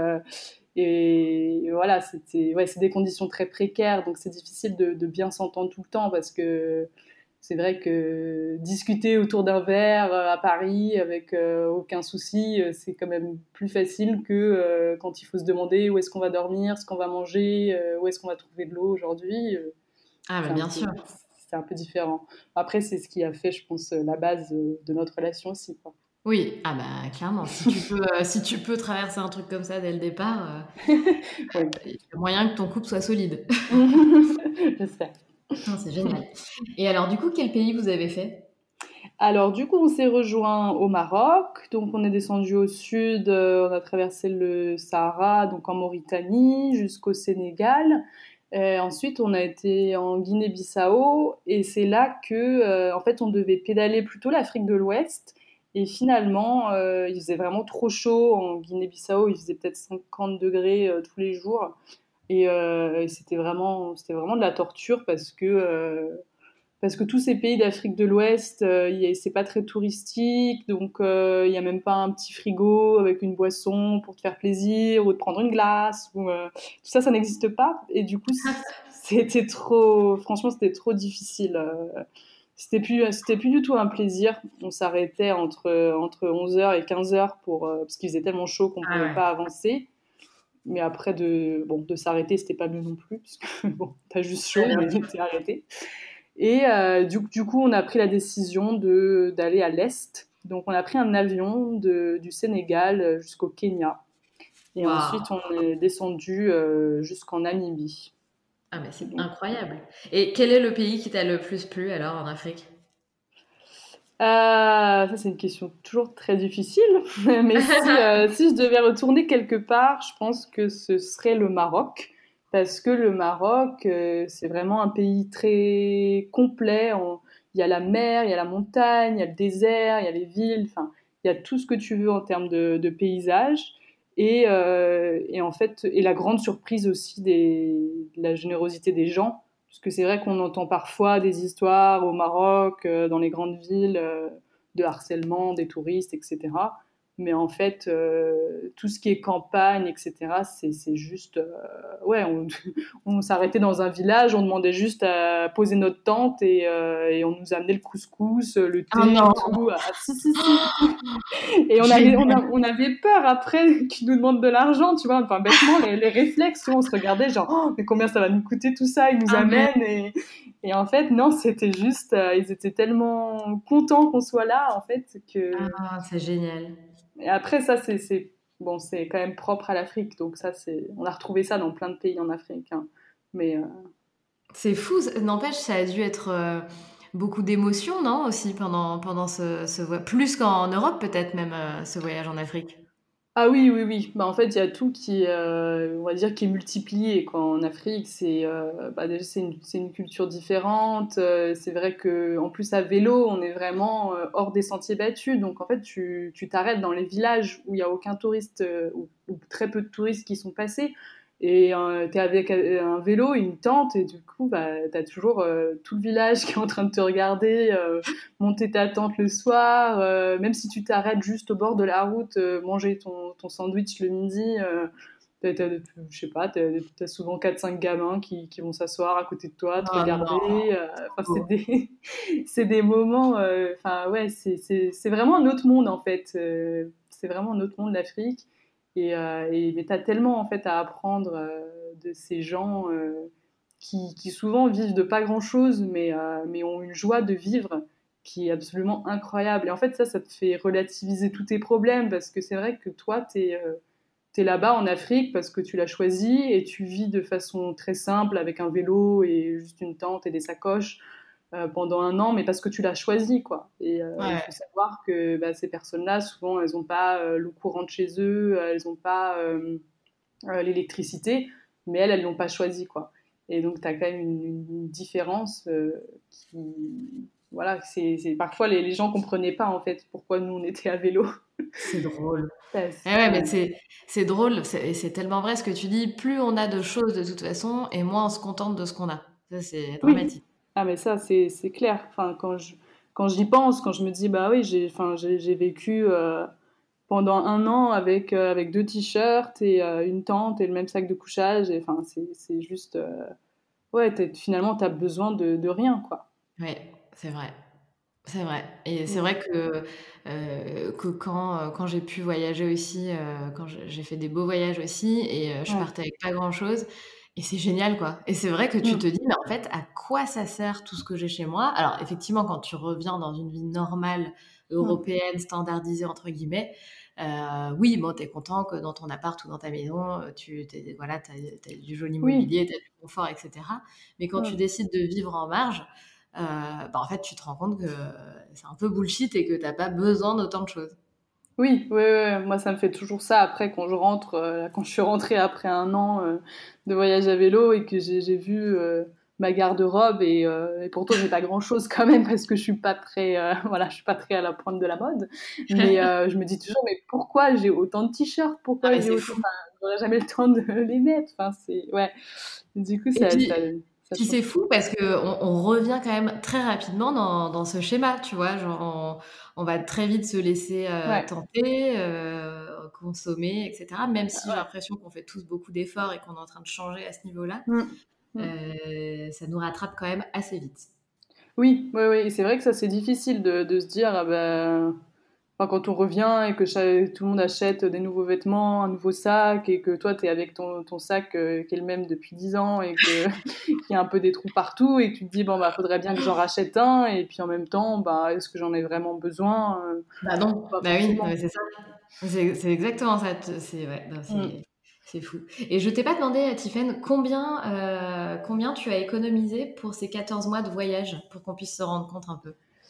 et voilà, c'est des conditions très précaires, donc c'est difficile de bien s'entendre tout le temps parce que c'est vrai que discuter autour d'un verre à Paris avec aucun souci, c'est quand même plus facile que quand il faut se demander où est-ce qu'on va dormir, ce qu'on va manger, où est-ce qu'on va trouver de l'eau aujourd'hui. Ah, bah, C'est un bien peu, sûr. c'est un peu différent. Après, c'est ce qui a fait, je pense, la base de notre relation aussi, quoi. Oui, ah bah clairement, si tu peux traverser un truc comme ça dès le départ, Oui. il y a moyen que ton couple soit solide. J'espère. Non, c'est génial. Et alors du coup, quel pays vous avez fait? Alors, du coup, on s'est rejoint au Maroc. Donc, on est descendu au sud, on a traversé le Sahara, donc en Mauritanie, jusqu'au Sénégal. Ensuite, on a été en Guinée-Bissau. Et c'est là que, en fait, on devait pédaler plutôt l'Afrique de l'Ouest. Et finalement, il faisait vraiment trop chaud en Guinée-Bissau. Il faisait peut-être 50 degrés tous les jours. Et c'était vraiment de la torture parce que tous ces pays d'Afrique de l'Ouest, c'est pas très touristique, donc il y a même pas un petit frigo avec une boisson pour te faire plaisir ou de prendre une glace. Tout ça, ça n'existe pas. Et du coup, c'était trop, franchement, c'était trop difficile. C'était plus du tout un plaisir. On s'arrêtait entre 11 heures et 15 heures parce qu'il faisait tellement chaud qu'on Ah pouvait ouais. pas avancer. Mais après, de s'arrêter, c'était pas mieux non plus, parce que bon, t'as juste Ouais, chaud, bien mais sûr. t'es arrêté. Et du coup, on a pris la décision d'aller à l'est. Donc, on a pris un avion du Sénégal jusqu'au Kenya. Et ensuite, Waouh! on est descendu jusqu'en Namibie. Ah mais c'est Donc, incroyable. Et quel est le pays qui t'a le plus plu alors en Afrique? ça, c'est une question toujours très difficile. Mais si je devais retourner quelque part, je pense que ce serait le Maroc. Parce que le Maroc, c'est vraiment un pays très complet. Il y a la mer, il y a la montagne, il y a le désert, il y a les villes. Enfin, il y a tout ce que tu veux en termes de paysage. Et en fait, et la grande surprise aussi de la générosité des gens. Parce que c'est vrai qu'on entend parfois des histoires au Maroc, dans les grandes villes, de harcèlement des touristes, etc. Mais en fait, tout ce qui est campagne, etc., c'est juste. Ouais, on s'arrêtait dans un village, on demandait juste à poser notre tente et on nous amenait le couscous, le Oh thé, non! tout. Ah, si, si, si. Et Génial. on avait peur après qu'ils nous demandent de l'argent, tu vois. Enfin, bêtement, les réflexes, tu vois, on se regardait genre, oh, mais combien ça va nous coûter tout ça? Ils nous Ah mais amènent. Et en fait, non, c'était juste, ils étaient tellement contents qu'on soit là, en fait, que. ah, c'est génial. Et après, ça, bon, c'est quand même propre à l'Afrique. Donc, on a retrouvé ça dans plein de pays en Afrique, hein. Mais, C'est fou, n'empêche, ça a dû être beaucoup d'émotions, non, aussi pendant ce voyage. Plus qu'en Europe, peut-être même, ce voyage en Afrique. ah oui, oui, oui. Bah, en fait, il y a tout on va dire, qui est multiplié quoi. En Afrique, déjà c'est une culture différente. C'est vrai que en plus à vélo, on est vraiment hors des sentiers battus. Donc en fait, tu t'arrêtes dans les villages où il y a aucun touriste ou très peu de touristes qui sont passés. Et t'es avec un vélo, une tente, et du coup, bah, t'as toujours tout le village qui est en train de te regarder, monter ta tente le soir, même si tu t'arrêtes juste au bord de la route, manger ton sandwich le midi, je sais pas, t'as souvent 4-5 gamins qui vont s'asseoir à côté de toi, te Oh regarder. non. Enfin, c'est des moments. Enfin, ouais, c'est vraiment un autre monde en fait. C'est vraiment un autre monde, l'Afrique. Mais t'as tellement en fait à apprendre de ces gens qui souvent vivent de pas grand-chose, mais ont une joie de vivre qui est absolument incroyable. Et en fait, ça te fait relativiser tous tes problèmes parce que c'est vrai que toi, t'es là-bas en Afrique parce que tu l'as choisi et tu vis de façon très simple avec un vélo et juste une tente et des sacoches pendant un an, mais parce que tu l'as choisi, quoi. Et il faut Ouais. savoir que bah, ces personnes-là, souvent, elles n'ont pas l'eau courante chez eux, elles n'ont pas l'électricité, mais elles l'ont pas choisi, quoi. Et donc, tu as quand même une différence qui... Voilà, parfois les gens comprenaient pas en fait pourquoi nous on était à vélo. C'est drôle. Parce Eh ouais, mais que c'est drôle, c'est tellement vrai ce que tu dis. Plus on a de choses de toute façon, et moins on se contente de ce qu'on a. Ça, c'est oui, dramatique. ah mais ça c'est clair. Enfin, quand j'y pense, quand je me dis bah oui, j'ai vécu pendant un an avec deux t-shirts et une tente et le même sac de couchage. Et enfin, c'est juste ouais, finalement t'as besoin de rien quoi. Ouais, c'est vrai. C'est vrai. Et c'est Mm. vrai que quand j'ai pu voyager aussi, quand j'ai fait des beaux voyages aussi, et je Ouais. partais avec pas grand-chose, et c'est génial, quoi. Et c'est vrai que tu te Mm. dis: «Mais en fait, à quoi ça sert tout ce que j'ai chez moi?» Alors effectivement, quand tu reviens dans une vie normale, Mm. européenne, «standardisée» entre guillemets, oui, bon, tu es content que dans ton appart ou dans ta maison, voilà, tu as du joli Oui. mobilier, tu as du confort, et cetera. Mais quand tu Mm. décides de vivre en marge, bah, en fait, tu te rends compte que c'est un peu bullshit et que t'as pas besoin d'autant de choses. Oui, ouais, ouais, ouais. Moi ça me fait toujours ça après quand je rentre, quand je suis rentrée après un an de voyage à vélo et que j'ai vu ma garde-robe et pourtant j'ai pas grand-chose quand même parce que je suis pas très, voilà, je suis pas très à la pointe de la mode. Mais je me dis toujours, mais pourquoi j'ai autant de t-shirts? Ah, Pourquoi mais j'ai c'est autant, fou. enfin, j'aurais jamais le temps de les mettre. Enfin, c'est, ouais. Du coup, Et ça puis c'est change fou tout. parce qu'on revient quand même très rapidement dans ce schéma, tu vois. Genre, on va très vite se laisser Ouais, tenter, consommer, etc. Même si j'ai ouais. l'impression qu'on fait tous beaucoup d'efforts et qu'on est en train de changer à ce niveau-là, Mm. Mm. ça nous rattrape quand même assez vite. Oui, oui, oui. Et c'est vrai que ça, c'est difficile de se dire, ah ben, enfin, quand on revient et que tout le monde achète des nouveaux vêtements, un nouveau sac, et que toi, tu es avec ton sac qui est le même depuis 10 ans et qu'il y a un peu des trous partout, et que tu te dis, bon, bah, faudrait bien que j'en rachète un, et puis en même temps, bah, est-ce que j'en ai vraiment besoin? Bah non, Pas bah oui, non, mais forcément. c'est ça. C'est exactement ça. C'est ouais, non, Mm. c'est fou. Et je t'ai pas demandé, Tiffaine, combien tu as économisé pour ces 14 mois de voyage pour qu'on puisse se rendre compte un peu.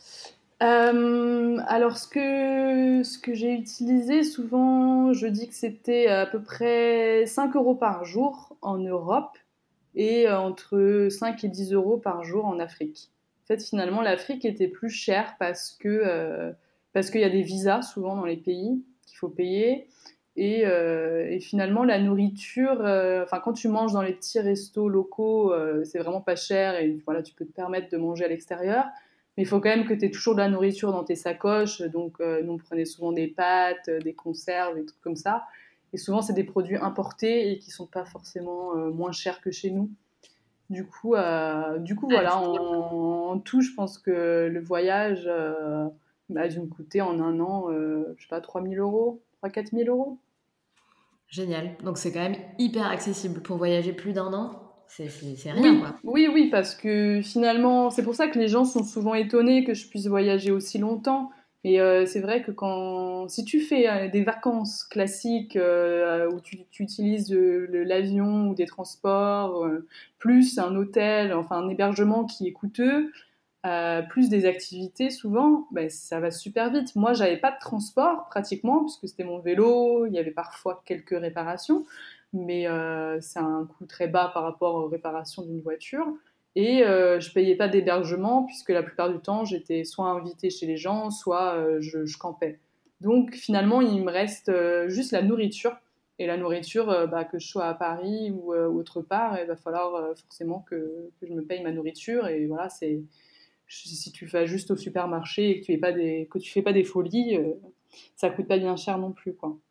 Alors, ce que j'ai utilisé, souvent, je dis que c'était à peu près 5 euros par jour en Europe et entre 5 et 10 euros par jour en Afrique. En fait, finalement, l'Afrique était plus chère parce qu'il y a des visas souvent dans les pays qu'il faut payer. Et finalement, la nourriture, enfin, quand tu manges dans les petits restos locaux, c'est vraiment pas cher et voilà, tu peux te permettre de manger à l'extérieur. Mais il faut quand même que tu aies toujours de la nourriture dans tes sacoches. Donc, nous, on prenait souvent des pâtes, des conserves, des trucs comme ça. Et souvent, c'est des produits importés et qui sont pas forcément moins chers que chez nous. Du coup, Ah, voilà, c'est top. en tout, je pense que le voyage a dû me coûter en un an, je sais pas, 3 000 euros, 3 000 à 4 000 euros. Génial. Donc c'est quand même hyper accessible pour voyager plus d'un an. C'est rien, Oui, quoi. oui, oui, parce que finalement, c'est pour ça que les gens sont souvent étonnés que je puisse voyager aussi longtemps. Mais c'est vrai que si tu fais des vacances classiques où tu utilises l'avion ou des transports, plus un hôtel, enfin un hébergement qui est coûteux, plus des activités souvent, ben, ça va super vite. Moi, j'avais pas de transport pratiquement, puisque c'était mon vélo, il y avait parfois quelques réparations, mais c'est un coût très bas par rapport aux réparations d'une voiture. Et je payais pas d'hébergement, puisque la plupart du temps, j'étais soit invitée chez les gens, soit je campais. Donc finalement, il me reste juste la nourriture. Et la nourriture, bah, que je sois à Paris ou autre part, il va falloir forcément que je me paye ma nourriture. Et voilà, si tu vas juste au supermarché et que tu fais pas des folies, ça coûte pas bien cher non plus, quoi.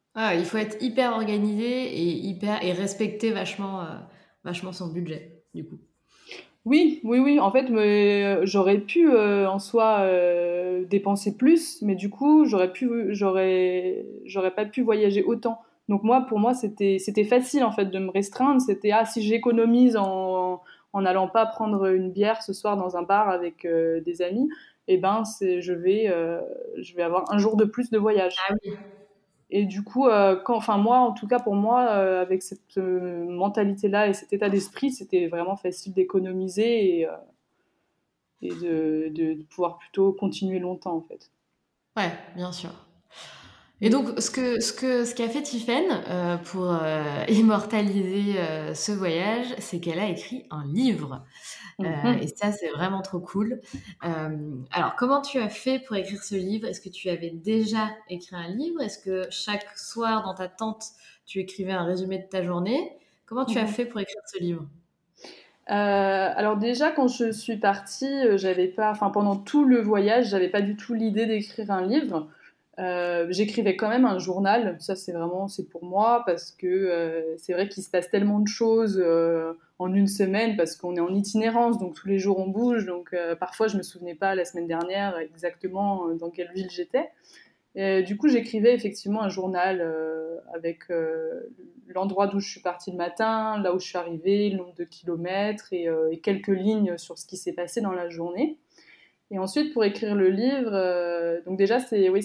Ah, il faut être hyper organisé et respecter vachement son budget, du coup. Oui, oui, oui. En fait, j'aurais pu en soi dépenser plus, mais du coup, j'aurais pas pu voyager autant. Donc moi, pour moi, c'était facile en fait de me restreindre. C'était ah si j'économise en n'allant pas prendre une bière ce soir dans un bar avec des amis, eh ben je vais avoir un jour de plus de voyage. Ah oui. Et du coup, enfin moi, en tout cas pour moi, avec cette mentalité-là et cet état d'esprit, c'était vraiment facile d'économiser et de pouvoir plutôt continuer longtemps en fait. Ouais, bien sûr. Et Mm. donc, ce qu'a fait Tiffen pour immortaliser ce voyage, c'est qu'elle a écrit un livre. Et Mhm. ça, c'est vraiment trop cool. Alors, comment tu as fait pour écrire ce livre? Est-ce que tu avais déjà écrit un livre? Est-ce que chaque soir dans ta tente, tu écrivais un résumé de ta journée? Comment tu as Mhm. fait pour écrire ce livre? Alors déjà, quand je suis partie, j'avais pas, enfin pendant tout le voyage, j'avais pas du tout l'idée d'écrire un livre. J'écrivais quand même un journal. Ça, c'est pour moi parce que c'est vrai qu'il se passe tellement de choses en une semaine parce qu'on est en itinérance, donc tous les jours on bouge. Donc parfois, je me souvenais pas la semaine dernière exactement dans quelle ville j'étais. Du coup, j'écrivais effectivement un journal avec l'endroit d'où je suis partie le matin, là où je suis arrivée, le nombre de kilomètres et quelques lignes sur ce qui s'est passé dans la journée. Et ensuite, pour écrire le livre, donc déjà,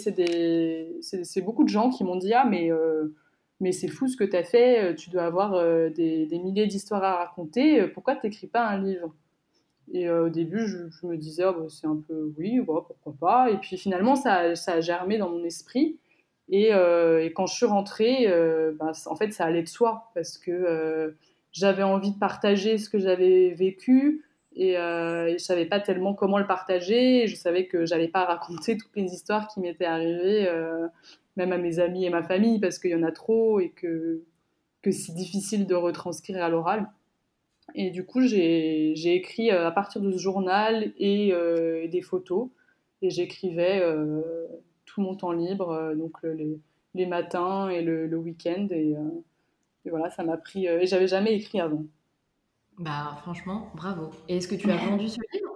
c'est beaucoup de gens qui m'ont dit ah mais c'est fou ce que tu as fait, tu dois avoir des milliers d'histoires à raconter, pourquoi tu n'écris pas un livre? Et au début, je me disais, ah, bah, c'est un peu oui, bah, pourquoi pas. Et puis finalement, ça a germé dans mon esprit. Et quand je suis rentrée, bah, en fait, ça allait de soi parce que j'avais envie de partager ce que j'avais vécu et je savais pas tellement comment le partager. Et je savais que j'allais pas raconter toutes les histoires qui m'étaient arrivées, même à mes amis et ma famille, parce qu'il y en a trop et que c'est difficile de retranscrire à l'oral. Et du coup, j'ai écrit à partir de ce journal et des photos. Et j'écrivais tout mon temps libre, donc les matins et le week-end. Et voilà, ça m'a pris. Et j'avais jamais écrit avant. Bah, franchement, bravo. Et est-ce que tu as vendu ce livre?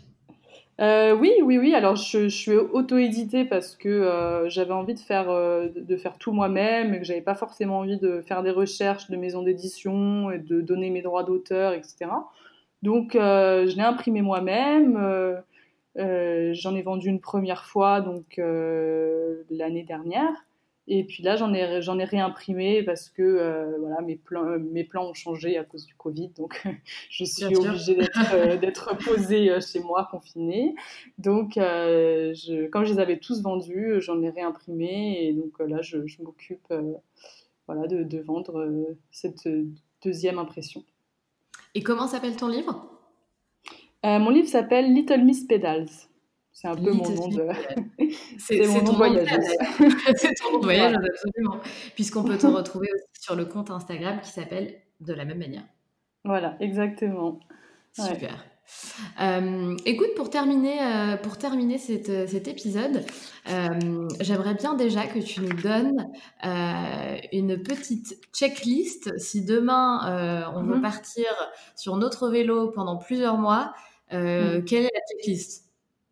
Oui, oui, oui. Alors, je suis auto-éditée parce que j'avais envie de faire tout moi-même et que j'avais pas forcément envie de faire des recherches de maisons d'édition et de donner mes droits d'auteur, etc. Donc, je l'ai imprimé moi-même. J'en ai vendu une première fois donc l'année dernière. Et puis là, j'en ai réimprimé parce que voilà, mes plans ont changé à cause du Covid. Donc, je Bien suis sûr. obligée d'être posée chez moi, confinée. Donc, comme je les avais tous vendus, j'en ai réimprimé. Et donc là, je m'occupe voilà, de vendre cette deuxième impression. Et comment s'appelle ton livre? Mon livre s'appelle Little Miss Pedals. C'est un peu mon Little nom Smith. de, C'est c'est mon c'est nom ton de nom de scène voyageuse. d'ailleurs. C'est ton nom de voyage, Voilà. absolument. Puisqu'on peut te retrouver aussi sur le compte Instagram qui s'appelle de la même manière. Voilà, exactement. Ouais. Super. Écoute, pour terminer cet épisode, j'aimerais bien déjà que tu nous donnes une petite checklist. Si demain on veut Mhm. partir sur notre vélo pendant plusieurs mois, Mm. quelle est la checklist?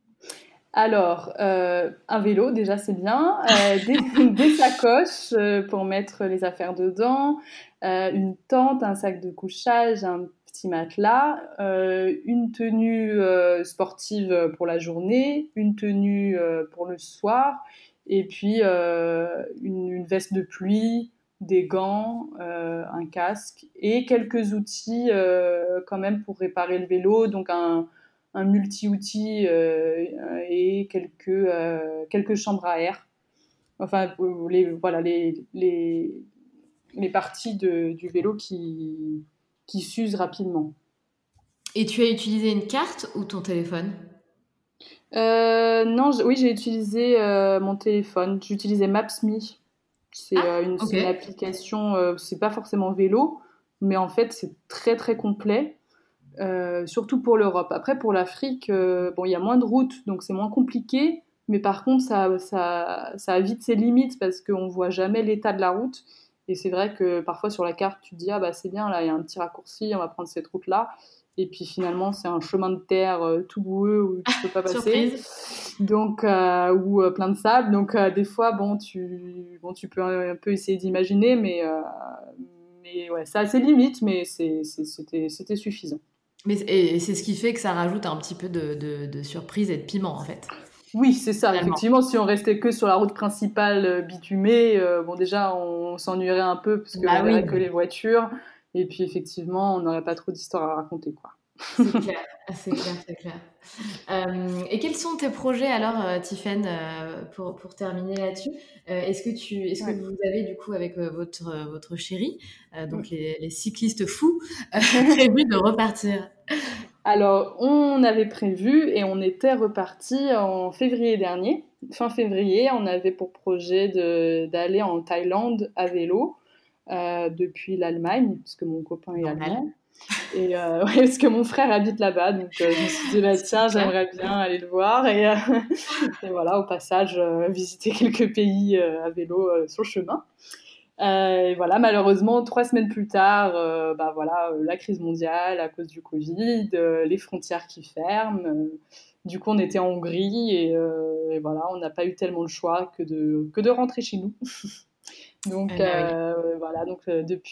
Alors, un vélo, déjà, c'est bien. Des sacoches pour mettre les affaires dedans, une tente, un sac de couchage, un petit matelas, une tenue sportive pour la journée, une tenue pour le soir, et puis une veste de pluie, des gants, un casque et quelques outils quand même pour réparer le vélo, donc un multi-outils et quelques chambres à air. Enfin, voilà, les parties du vélo qui s'usent rapidement. Et tu as utilisé une carte ou ton téléphone? Non, oui, j'ai utilisé mon téléphone. J'utilisais Maps.me. Ah, ok. C'est une application, c'est pas forcément vélo, mais en fait, c'est très très complet. Surtout pour l'Europe. Après, pour l'Afrique, bon, il y a moins de routes, donc c'est moins compliqué, Mais par contre, ça a vite ses limites parce qu'on ne voit jamais l'état de la route. Et c'est vrai que parfois sur la carte, tu te dis, ah bah c'est bien, là, il y a un petit raccourci, on va prendre cette route-là. Et puis finalement, c'est un chemin de terre tout boueux où tu peux pas passer. Donc, ou plein de sable. Donc, des fois, tu peux un peu essayer d'imaginer, mais ouais, ça a ses limites, mais c'était suffisant. Et c'est ce qui fait que ça rajoute un petit peu de surprise et de piment, en fait. Oui, c'est ça. Finalement. Effectivement, si on restait que sur la route principale bitumée, déjà, on s'ennuierait un peu parce qu'on verrait que les voitures. Et puis, effectivement, on n'aurait pas trop d'histoires à raconter, quoi. C'est clair. Et quels sont tes projets alors, Tiffaine, pour terminer là-dessus? Est-ce que vous avez du coup avec votre chéri, donc les cyclistes fous, prévu de repartir? Alors, on avait prévu et on était reparti en février dernier. Fin février, on avait pour projet d'aller en Thaïlande à vélo depuis l'Allemagne, parce que mon copain est allemand. Et parce que mon frère habite là-bas, donc je me suis dit, tiens, j'aimerais bien aller le voir. Et voilà, au passage, visiter quelques pays à vélo sur le chemin. Et voilà, malheureusement, 3 semaines plus tard, la crise mondiale à cause du Covid, les frontières qui ferment. Du coup, on était en Hongrie et voilà, on n'a pas eu tellement le choix que de rentrer chez nous. Donc voilà, donc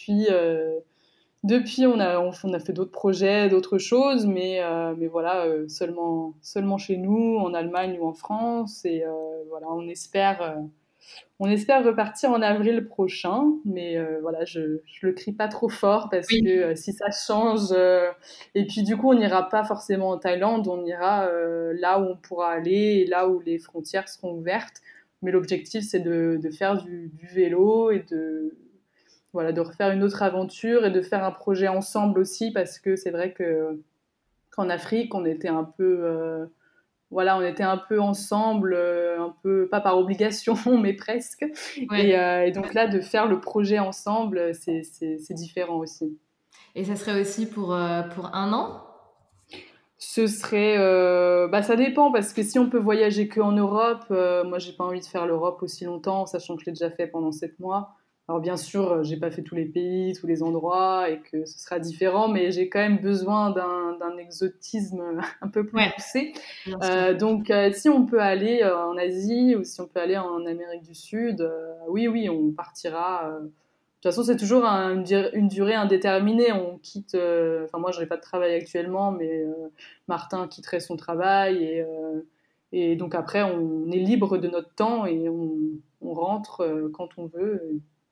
depuis, on a fait d'autres projets, d'autres choses, mais voilà, seulement chez nous, en Allemagne ou en France. Et voilà, on espère repartir en avril prochain, mais voilà, je le crie pas trop fort parce que si ça change, et puis du coup, on n'ira pas forcément en Thaïlande, on ira là où on pourra aller et là où les frontières seront ouvertes. Mais l'objectif, c'est de faire du vélo et de refaire une autre aventure et de faire un projet ensemble aussi, parce que c'est vrai qu'en Afrique, on était un peu ensemble, un peu pas par obligation, mais presque. Et donc là, de faire le projet ensemble, c'est différent aussi. Et ça serait aussi pour 1 an ? Ce serait, ça dépend, parce que si on peut voyager qu'en Europe, moi j'ai pas envie de faire l'Europe aussi longtemps, sachant que je l'ai déjà fait pendant 7 mois. Alors bien sûr, j'ai pas fait tous les pays, tous les endroits, et que ce sera différent, mais j'ai quand même besoin d'un exotisme un peu plus poussé. Donc si on peut aller en Asie, ou si on peut aller en Amérique du Sud, oui, on partira. De toute façon, c'est toujours une durée indéterminée. On quitte. Moi, je n'ai pas de travail actuellement, mais Martin quitterait son travail, et donc après, on est libre de notre temps et on rentre quand on veut.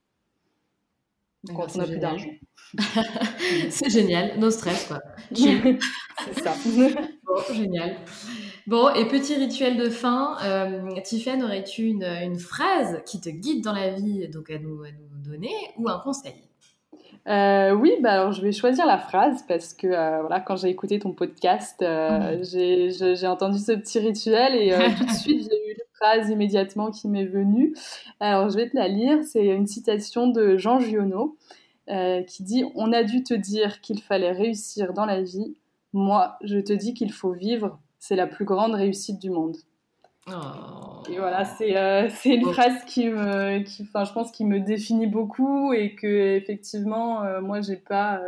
Quand on n'a plus d'argent. C'est génial, no stress quoi. C'est ça. Bon, génial. Bon, et petit rituel de fin, Tiffaine, aurais-tu une phrase qui te guide dans la vie, donc à nous donner, ou un conseil ? Oui, alors je vais choisir la phrase parce que quand j'ai écouté ton podcast, j'ai entendu ce petit rituel et tout de suite j'ai eu une phrase immédiatement qui m'est venue. Alors je vais te la lire, c'est une citation de Jean Giono qui dit « On a dû te dire qu'il fallait réussir dans la vie, moi je te dis qu'il faut vivre, c'est la plus grande réussite du monde ». Et voilà, c'est une phrase qui je pense, qui me définit beaucoup, et que effectivement, moi, j'ai pas,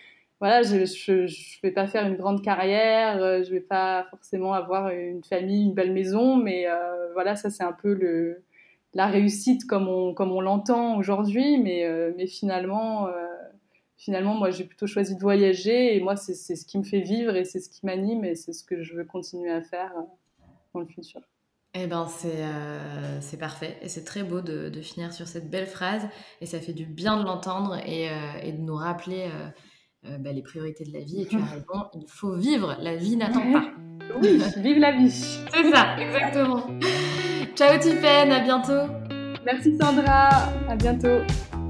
je vais pas faire une grande carrière, je vais pas forcément avoir une famille, une belle maison, mais voilà, ça c'est un peu la réussite comme on l'entend aujourd'hui, mais finalement, moi, j'ai plutôt choisi de voyager, et moi, c'est ce qui me fait vivre et c'est ce qui m'anime, et c'est ce que je veux continuer à faire dans le futur. Eh ben c'est parfait, et c'est très beau de finir sur cette belle phrase, et ça fait du bien de l'entendre et de nous rappeler les priorités de la vie. Et tu as raison, il faut vivre, la vie n'attend pas. Oui, vive la vie. C'est ça, exactement. Ciao Tiffaine, à bientôt. Merci Sandra, à bientôt.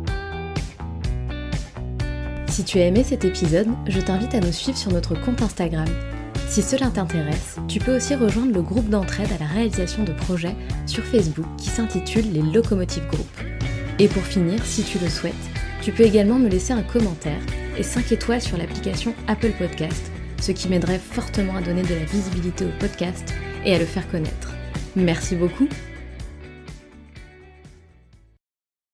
Si tu as aimé cet épisode, je t'invite à nous suivre sur notre compte Instagram. Si cela t'intéresse, tu peux aussi rejoindre le groupe d'entraide à la réalisation de projets sur Facebook qui s'intitule les Locomotive Group. Et pour finir, si tu le souhaites, tu peux également me laisser un commentaire et 5 étoiles sur l'application Apple Podcast, ce qui m'aiderait fortement à donner de la visibilité au podcast et à le faire connaître. Merci beaucoup.